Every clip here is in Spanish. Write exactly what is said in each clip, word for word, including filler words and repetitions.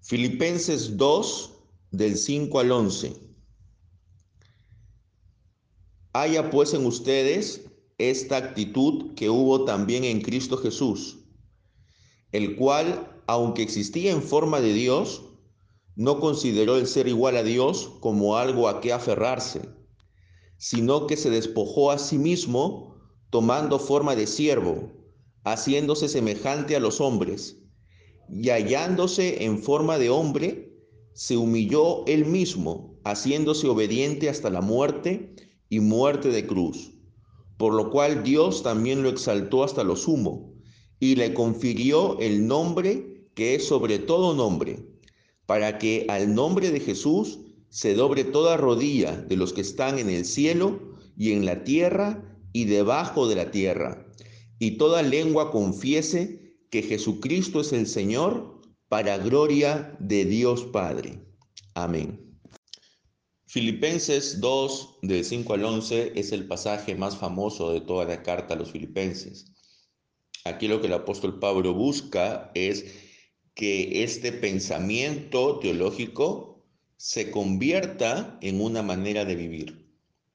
Filipenses dos, del cinco al once. Haya pues en ustedes esta actitud que hubo también en Cristo Jesús, el cual, aunque existía en forma de Dios, no consideró el ser igual a Dios como algo a que aferrarse, sino que se despojó a sí mismo, tomando forma de siervo, haciéndose semejante a los hombres, y hallándose en forma de hombre, se humilló él mismo, haciéndose obediente hasta la muerte y muerte de cruz. Por lo cual Dios también lo exaltó hasta lo sumo, y le confirió el nombre que es sobre todo nombre, para que al nombre de Jesús se doble toda rodilla de los que están en el cielo y en la tierra y debajo de la tierra, y toda lengua confiese que Jesucristo es el Señor, para gloria de Dios Padre. Amén. Filipenses dos, del cinco al once, es el pasaje más famoso de toda la carta a los filipenses. Aquí lo que el apóstol Pablo busca es que este pensamiento teológico se convierta en una manera de vivir.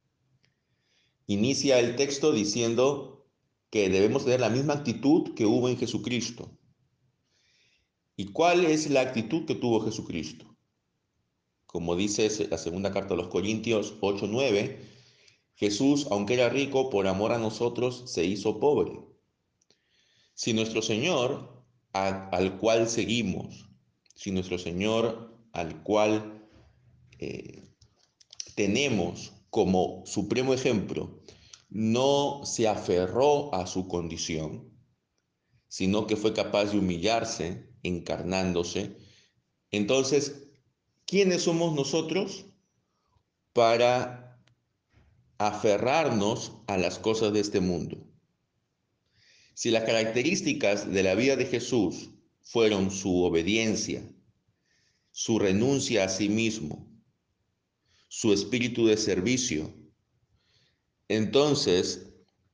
Inicia el texto diciendo que debemos tener la misma actitud que hubo en Jesucristo. ¿Y cuál es la actitud que tuvo Jesucristo? Como dice la segunda carta a los Corintios ocho, nueve, Jesús, aunque era rico, por amor a nosotros se hizo pobre. Si nuestro Señor, a, al cual seguimos, si nuestro Señor, al cual eh, tenemos como supremo ejemplo, no se aferró a su condición, sino que fue capaz de humillarse, encarnándose, entonces, ¿quiénes somos nosotros para aferrarnos a las cosas de este mundo? Si las características de la vida de Jesús fueron su obediencia, su renuncia a sí mismo, su espíritu de servicio, entonces,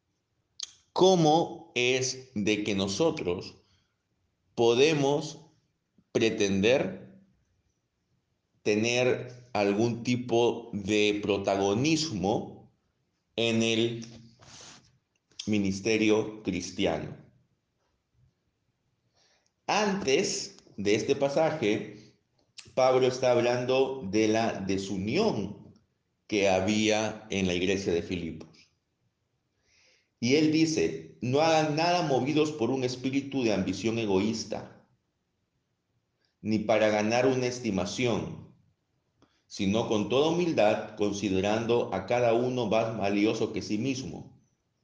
¿cómo es de que nosotros podemos pretender tener algún tipo de protagonismo en el ministerio cristiano? Antes de este pasaje, Pablo está hablando de la desunión que había en la iglesia de Filipos. Y él dice, no hagan nada movidos por un espíritu de ambición egoísta, ni para ganar una estimación, sino con toda humildad, considerando a cada uno más valioso que sí mismo.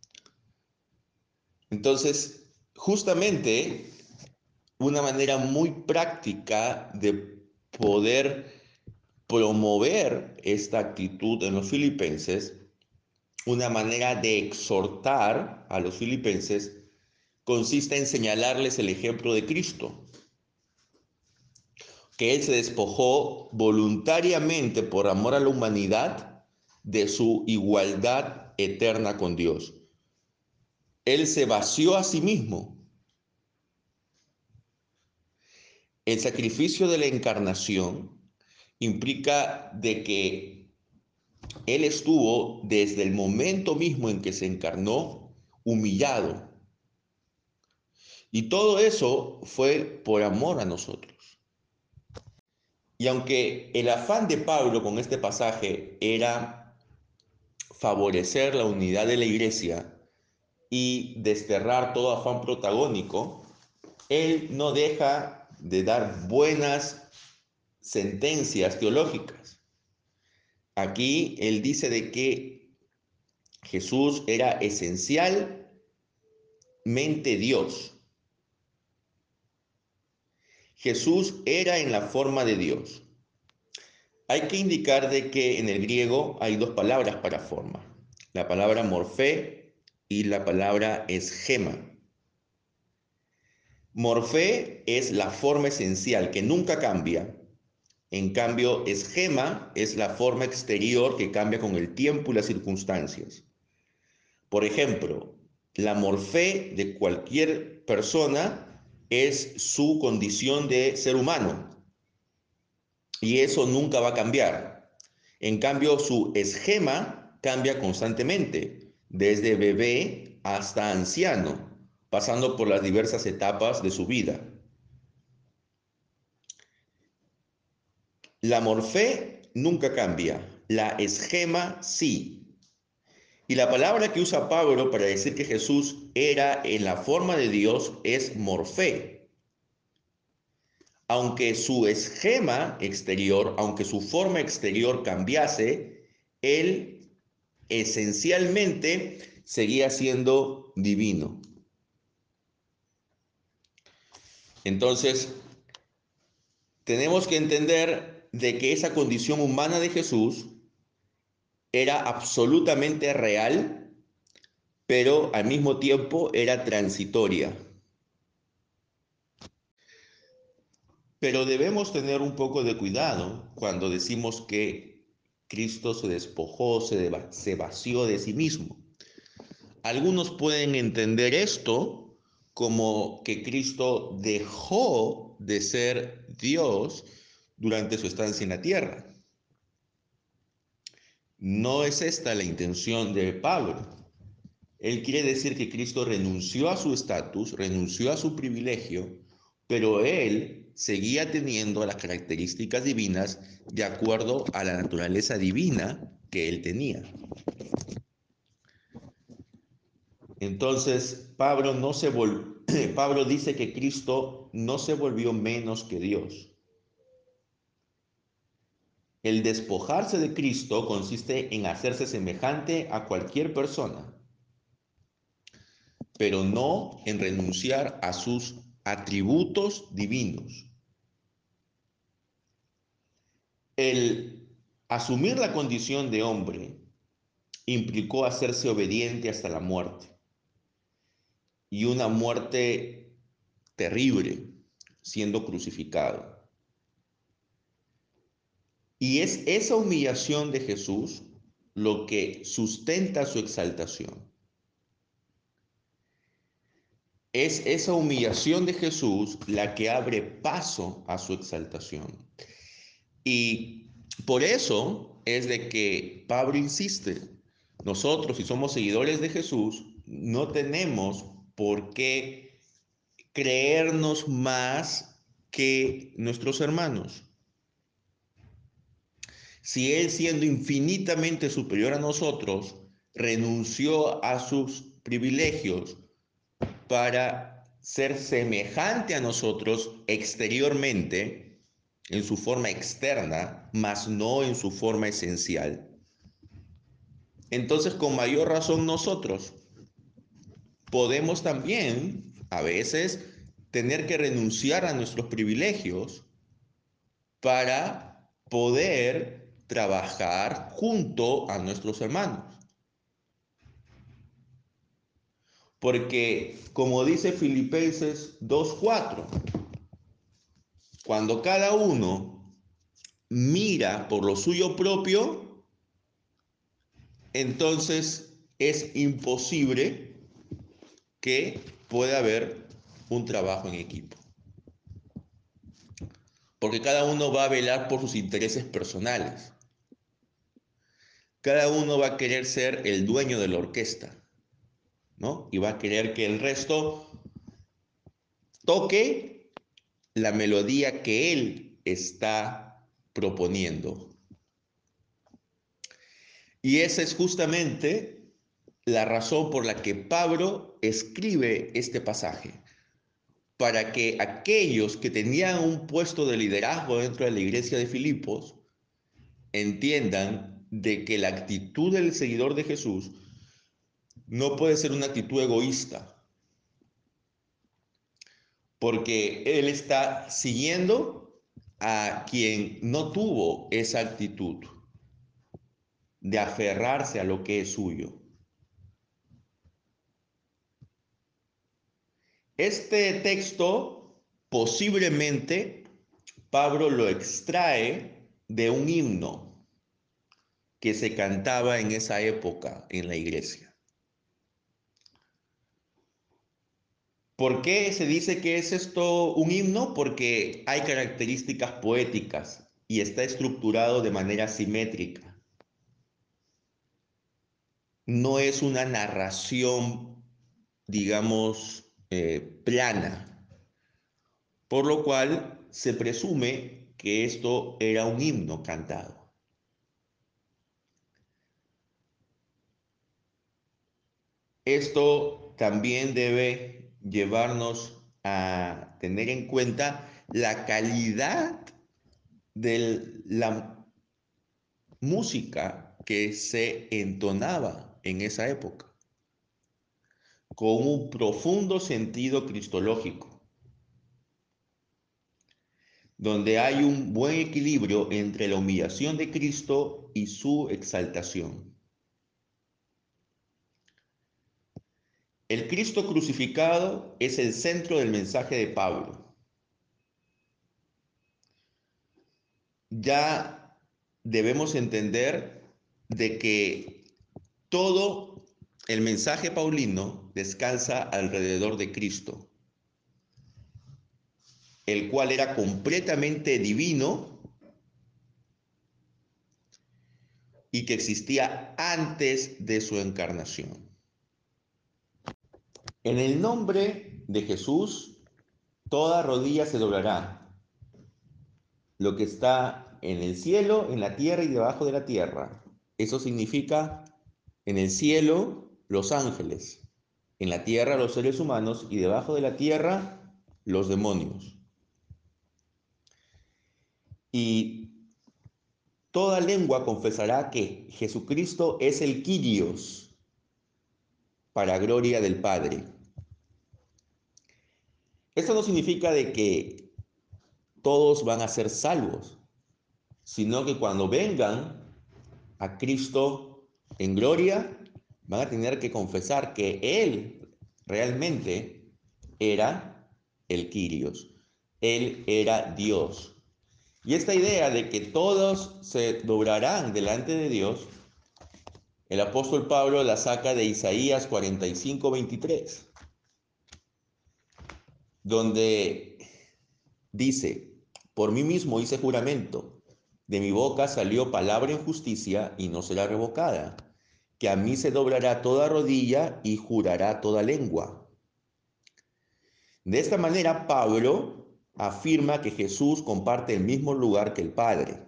Entonces, justamente, una manera muy práctica de poder promover esta actitud en los filipenses, una manera de exhortar a los filipenses, consiste en señalarles el ejemplo de Cristo, que Él se despojó voluntariamente por amor a la humanidad de su igualdad eterna con Dios. Él se vació a sí mismo. El sacrificio de la encarnación implica de que Él estuvo desde el momento mismo en que se encarnó humillado. Y todo eso fue por amor a nosotros. Y aunque el afán de Pablo con este pasaje era favorecer la unidad de la iglesia y desterrar todo afán protagónico, él no deja de dar buenas sentencias teológicas. Aquí él dice de que Jesús era esencialmente Dios. Jesús era en la forma de Dios. Hay que indicar de que en el griego hay dos palabras para forma, la palabra morfé y la palabra esgema. Morfé es la forma esencial que nunca cambia. En cambio, esgema es la forma exterior que cambia con el tiempo y las circunstancias. Por ejemplo, la morfé de cualquier persona es su condición de ser humano. y eso nunca va a cambiar. En cambio, su esquema cambia constantemente, desde bebé hasta anciano, pasando por las diversas etapas de su vida. La morfé nunca cambia, la esquema sí. Y la palabra que usa Pablo para decir que Jesús era en la forma de Dios es morfé. Aunque su esquema exterior, aunque su forma exterior cambiase, él esencialmente seguía siendo divino. Entonces, tenemos que entender de que esa condición humana de Jesús era absolutamente real, pero al mismo tiempo era transitoria. Pero debemos tener un poco de cuidado cuando decimos que Cristo se despojó, se, se vació de sí mismo. Algunos pueden entender esto como que Cristo dejó de ser Dios durante su estancia en la tierra. No es esta la intención de Pablo. Él quiere decir que Cristo renunció a su estatus, renunció a su privilegio, pero él seguía teniendo las características divinas de acuerdo a la naturaleza divina que él tenía. Entonces, Pablo, no se vol- Pablo dice que Cristo no se volvió menos que Dios. El despojarse de Cristo consiste en hacerse semejante a cualquier persona, pero no en renunciar a sus atributos divinos. El asumir la condición de hombre implicó hacerse obediente hasta la muerte, y una muerte terrible, siendo crucificado. Y es esa humillación de Jesús lo que sustenta su exaltación. Es esa humillación de Jesús la que abre paso a su exaltación. Y por eso es de que Pablo insiste, nosotros si somos seguidores de Jesús, no tenemos por qué creernos más que nuestros hermanos. Si Él, siendo infinitamente superior a nosotros, renunció a sus privilegios para ser semejante a nosotros exteriormente, en su forma externa, mas no en su forma esencial, entonces con mayor razón nosotros podemos también, a veces, tener que renunciar a nuestros privilegios para poder trabajar junto a nuestros hermanos. Porque, como dice Filipenses dos cuatro, cuando cada uno mira por lo suyo propio, entonces es imposible que pueda haber un trabajo en equipo. Porque cada uno va a velar por sus intereses personales. Cada uno va a querer ser el dueño de la orquesta, ¿no? Y va a querer que el resto toque la melodía que él está proponiendo. Y esa es justamente la razón por la que Pablo escribe este pasaje, para que aquellos que tenían un puesto de liderazgo dentro de la iglesia de Filipos entiendan de que la actitud del seguidor de Jesús no puede ser una actitud egoísta, porque él está siguiendo a quien no tuvo esa actitud de aferrarse a lo que es suyo. Este texto posiblemente Pablo lo extrae de un himno que se cantaba en esa época en la iglesia. ¿Por qué se dice que es esto un himno? Porque hay características poéticas y está estructurado de manera simétrica. No es una narración, digamos, eh, plana, por lo cual se presume que esto era un himno cantado. Esto también debe llevarnos a tener en cuenta la calidad de la música que se entonaba en esa época, con un profundo sentido cristológico, donde hay un buen equilibrio entre la humillación de Cristo y su exaltación. El Cristo crucificado es el centro del mensaje de Pablo. Ya debemos entender de que todo el mensaje paulino descansa alrededor de Cristo, el cual era completamente divino y que existía antes de su encarnación. En el nombre de Jesús, toda rodilla se doblará, lo que está en el cielo, en la tierra y debajo de la tierra. Eso significa en el cielo los ángeles, en la tierra los seres humanos y debajo de la tierra los demonios. Y toda lengua confesará que Jesucristo es el Kyrios, para gloria del Padre. Esto no significa de que todos van a ser salvos, sino que cuando vengan a Cristo en gloria, van a tener que confesar que Él realmente era el Kyrios. Él era Dios. Y esta idea de que todos se doblarán delante de Dios, el apóstol Pablo la saca de Isaías cuarenta y cinco, veintitrés, donde dice: por mí mismo hice juramento, de mi boca salió palabra en justicia y no será revocada, que a mí se doblará toda rodilla y jurará toda lengua. De esta manera, Pablo afirma que Jesús comparte el mismo lugar que el Padre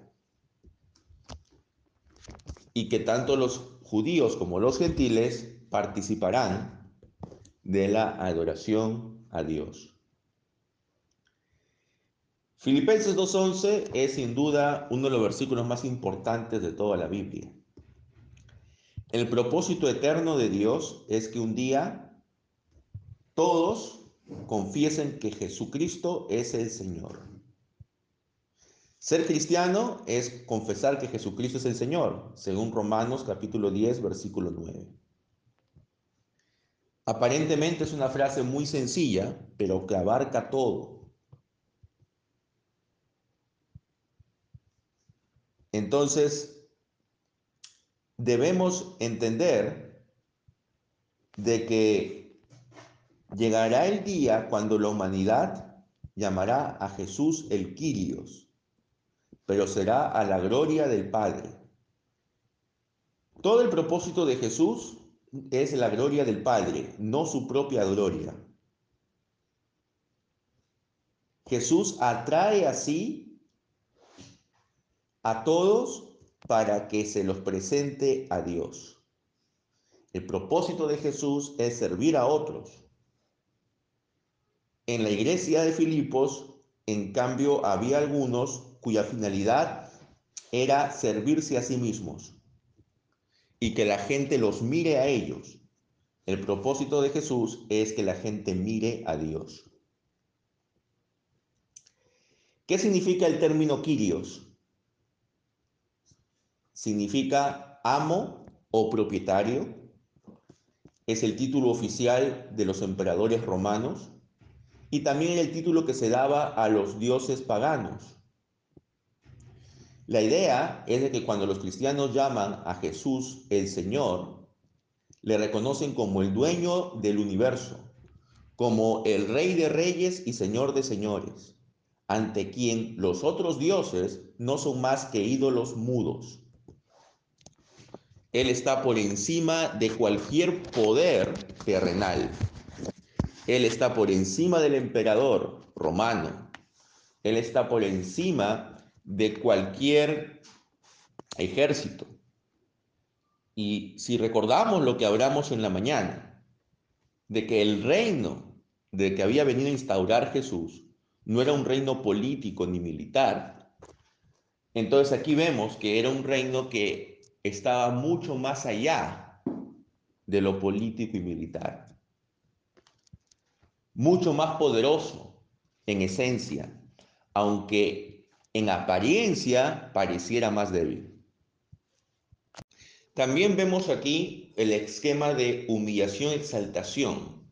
y que tanto los judíos como los gentiles participarán de la adoración a Dios. Filipenses dos once es sin duda uno de los versículos más importantes de toda la Biblia. El propósito eterno de Dios es que un día todos confiesen que Jesucristo es el Señor. Ser cristiano es confesar que Jesucristo es el Señor, según Romanos capítulo diez, versículo nueve. Aparentemente es una frase muy sencilla, pero que abarca todo. Entonces, debemos entender de que llegará el día cuando la humanidad llamará a Jesús el Kyrios, pero será a la gloria del Padre. Todo el propósito de Jesús es la gloria del Padre, no su propia gloria. Jesús atrae así a todos para que se los presente a Dios. El propósito de Jesús es servir a otros. En la iglesia de Filipos, en cambio, había algunos cuya finalidad era servirse a sí mismos y que la gente los mire a ellos. El propósito de Jesús es que la gente mire a Dios. ¿Qué significa el término Kyrios? Significa amo o propietario. Es el título oficial de los emperadores romanos y también el título que se daba a los dioses paganos. La idea es de que cuando los cristianos llaman a Jesús el Señor, le reconocen como el dueño del universo, como el Rey de Reyes y Señor de Señores, ante quien los otros dioses no son más que ídolos mudos. Él está por encima de cualquier poder terrenal. Él está por encima del emperador romano. Él está por encima de cualquier ejército. Y si recordamos lo que hablamos en la mañana, de que el reino de que había venido a instaurar Jesús no era un reino político ni militar, entonces aquí vemos que era un reino que estaba mucho más allá de lo político y militar, mucho más poderoso en esencia, aunque en apariencia pareciera más débil. También vemos aquí el esquema de humillación-exaltación,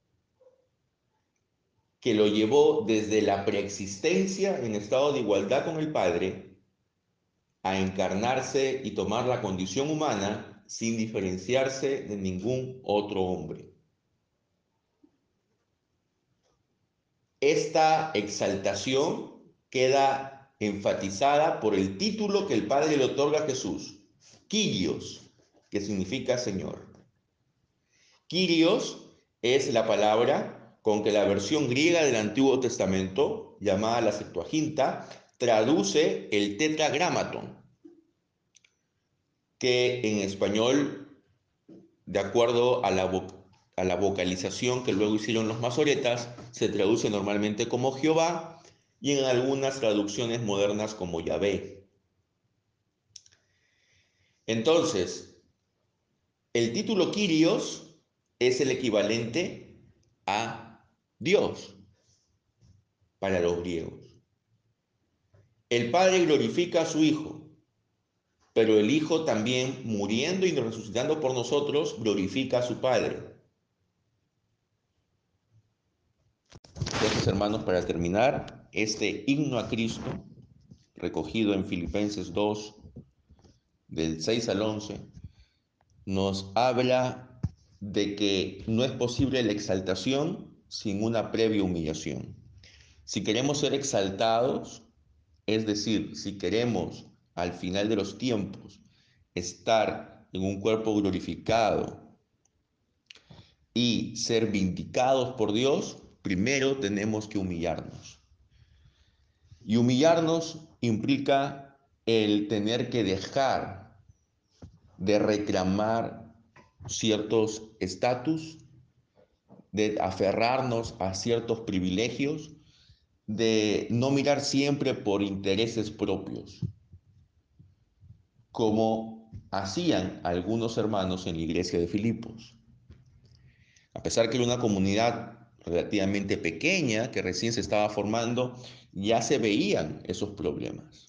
que lo llevó desde la preexistencia en estado de igualdad con el Padre a encarnarse y tomar la condición humana sin diferenciarse de ningún otro hombre. Esta exaltación queda enfatizada por el título que el Padre le otorga a Jesús, Kyrios, que significa Señor. Kyrios es la palabra con que la versión griega del Antiguo Testamento, llamada la Septuaginta, traduce el tetragramaton, que en español, de acuerdo a la, vo a la vocalización que luego hicieron los masoretas, se traduce normalmente como Jehová y en algunas traducciones modernas como Yahvé. Entonces, el título Kyrios es el equivalente a Dios para los griegos. El Padre glorifica a su Hijo, pero el Hijo también, muriendo y resucitando por nosotros, glorifica a su Padre. Entonces, hermanos, para terminar, este himno a Cristo, recogido en Filipenses dos, del seis al once, nos habla de que no es posible la exaltación sin una previa humillación. Si queremos ser exaltados, es decir, si queremos al final de los tiempos estar en un cuerpo glorificado y ser vindicados por Dios, primero tenemos que humillarnos. Y humillarnos implica el tener que dejar de reclamar ciertos estatus, de aferrarnos a ciertos privilegios, de no mirar siempre por intereses propios, como hacían algunos hermanos en la iglesia de Filipos. A pesar que era una comunidad relativamente pequeña, que recién se estaba formando, ya se veían esos problemas.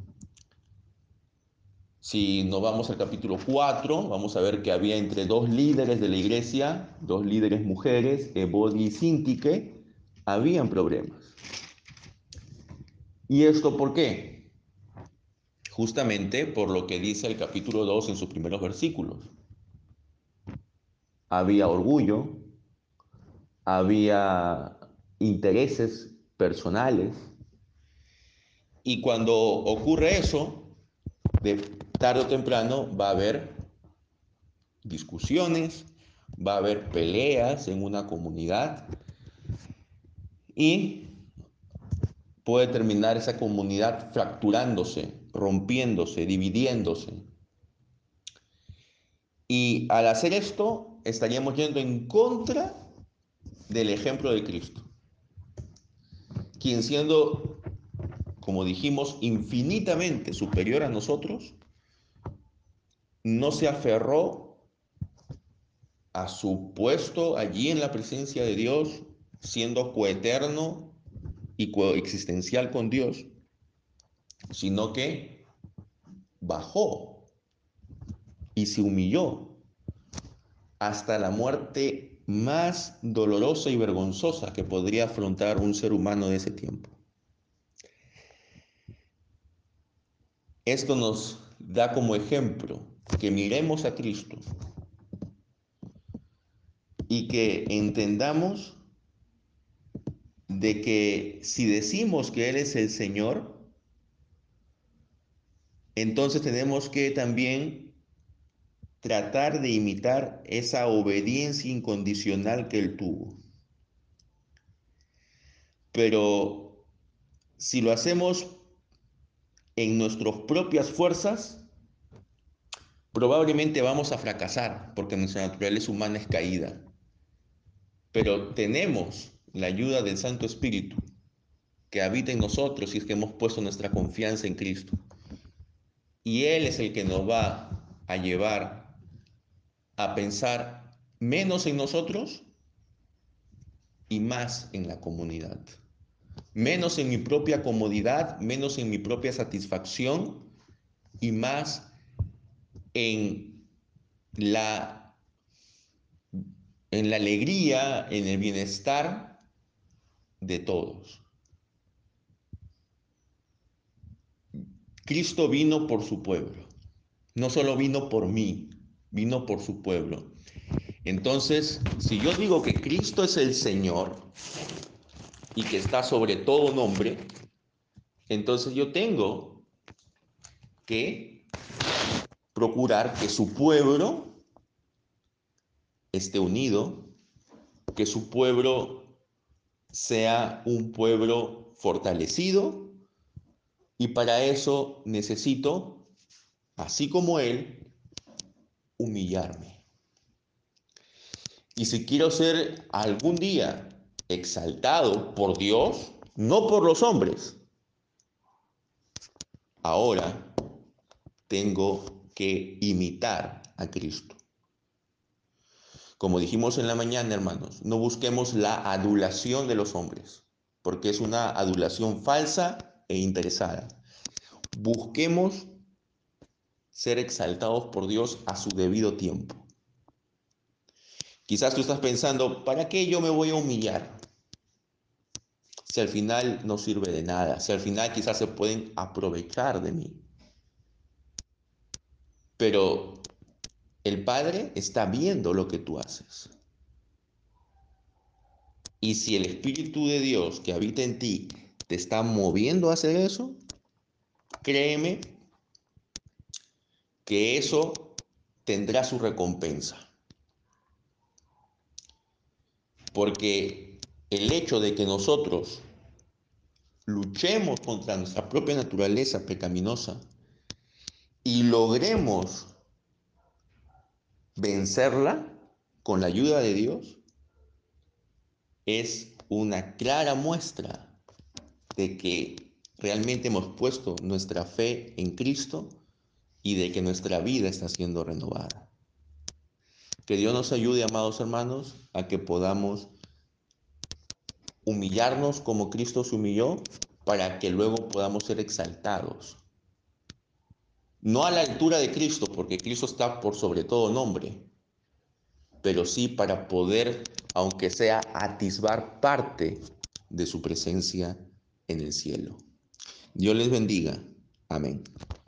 Si nos vamos al capítulo cuatro, vamos a ver que había entre dos líderes de la iglesia, dos líderes mujeres, Evodia y Síntique, habían problemas. ¿Y esto por qué? Justamente por lo que dice el capítulo dos en sus primeros versículos. Había orgullo, había intereses personales, y cuando ocurre eso, de tarde o temprano va a haber discusiones, va a haber peleas en una comunidad y puede terminar esa comunidad fracturándose, rompiéndose, dividiéndose. Y al hacer esto, estaríamos yendo en contra del ejemplo de Cristo, quien siendo, como dijimos, infinitamente superior a nosotros, no se aferró a su puesto allí en la presencia de Dios, siendo coeterno y coexistencial con Dios, sino que bajó y se humilló hasta la muerte más dolorosa y vergonzosa que podría afrontar un ser humano de ese tiempo. Esto nos da como ejemplo que miremos a Cristo y que entendamos de que si decimos que Él es el Señor, entonces tenemos que también tratar de imitar esa obediencia incondicional que Él tuvo. Pero si lo hacemos en nuestras propias fuerzas, probablemente vamos a fracasar porque nuestra naturaleza humana es caída. Pero tenemos la ayuda del Santo Espíritu que habita en nosotros si es que hemos puesto nuestra confianza en Cristo. Y Él es el que nos va a llevar a pensar menos en nosotros y más en la comunidad. Menos en mi propia comodidad, menos en mi propia satisfacción y más en la, en la alegría, en el bienestar de todos. Cristo vino por su pueblo. No solo vino por mí, vino por su pueblo. Entonces, si yo digo que Cristo es el Señor y que está sobre todo nombre, entonces yo tengo que procurar que su pueblo esté unido, que su pueblo sea un pueblo fortalecido, y para eso necesito, así como Él, humillarme. Y si quiero ser algún día exaltado por Dios, no por los hombres, ahora tengo que imitar a Cristo. Como dijimos en la mañana, hermanos, no busquemos la adulación de los hombres, porque es una adulación falsa e interesada. Busquemos ser exaltados por Dios a su debido tiempo. Quizás tú estás pensando, ¿para qué yo me voy a humillar? Si al final no sirve de nada, si al final quizás se pueden aprovechar de mí. Pero el Padre está viendo lo que tú haces. Y si el Espíritu de Dios que habita en ti te está moviendo a hacer eso, créeme que eso tendrá su recompensa. Porque el hecho de que nosotros luchemos contra nuestra propia naturaleza pecaminosa y logremos vencerla con la ayuda de Dios, es una clara muestra de que realmente hemos puesto nuestra fe en Cristo y de que nuestra vida está siendo renovada. Que Dios nos ayude, amados hermanos, a que podamos humillarnos como Cristo se humilló para que luego podamos ser exaltados. No a la altura de Cristo, porque Cristo está por sobre todo nombre, pero sí para poder, aunque sea, atisbar parte de su presencia en el cielo. Dios les bendiga. Amén.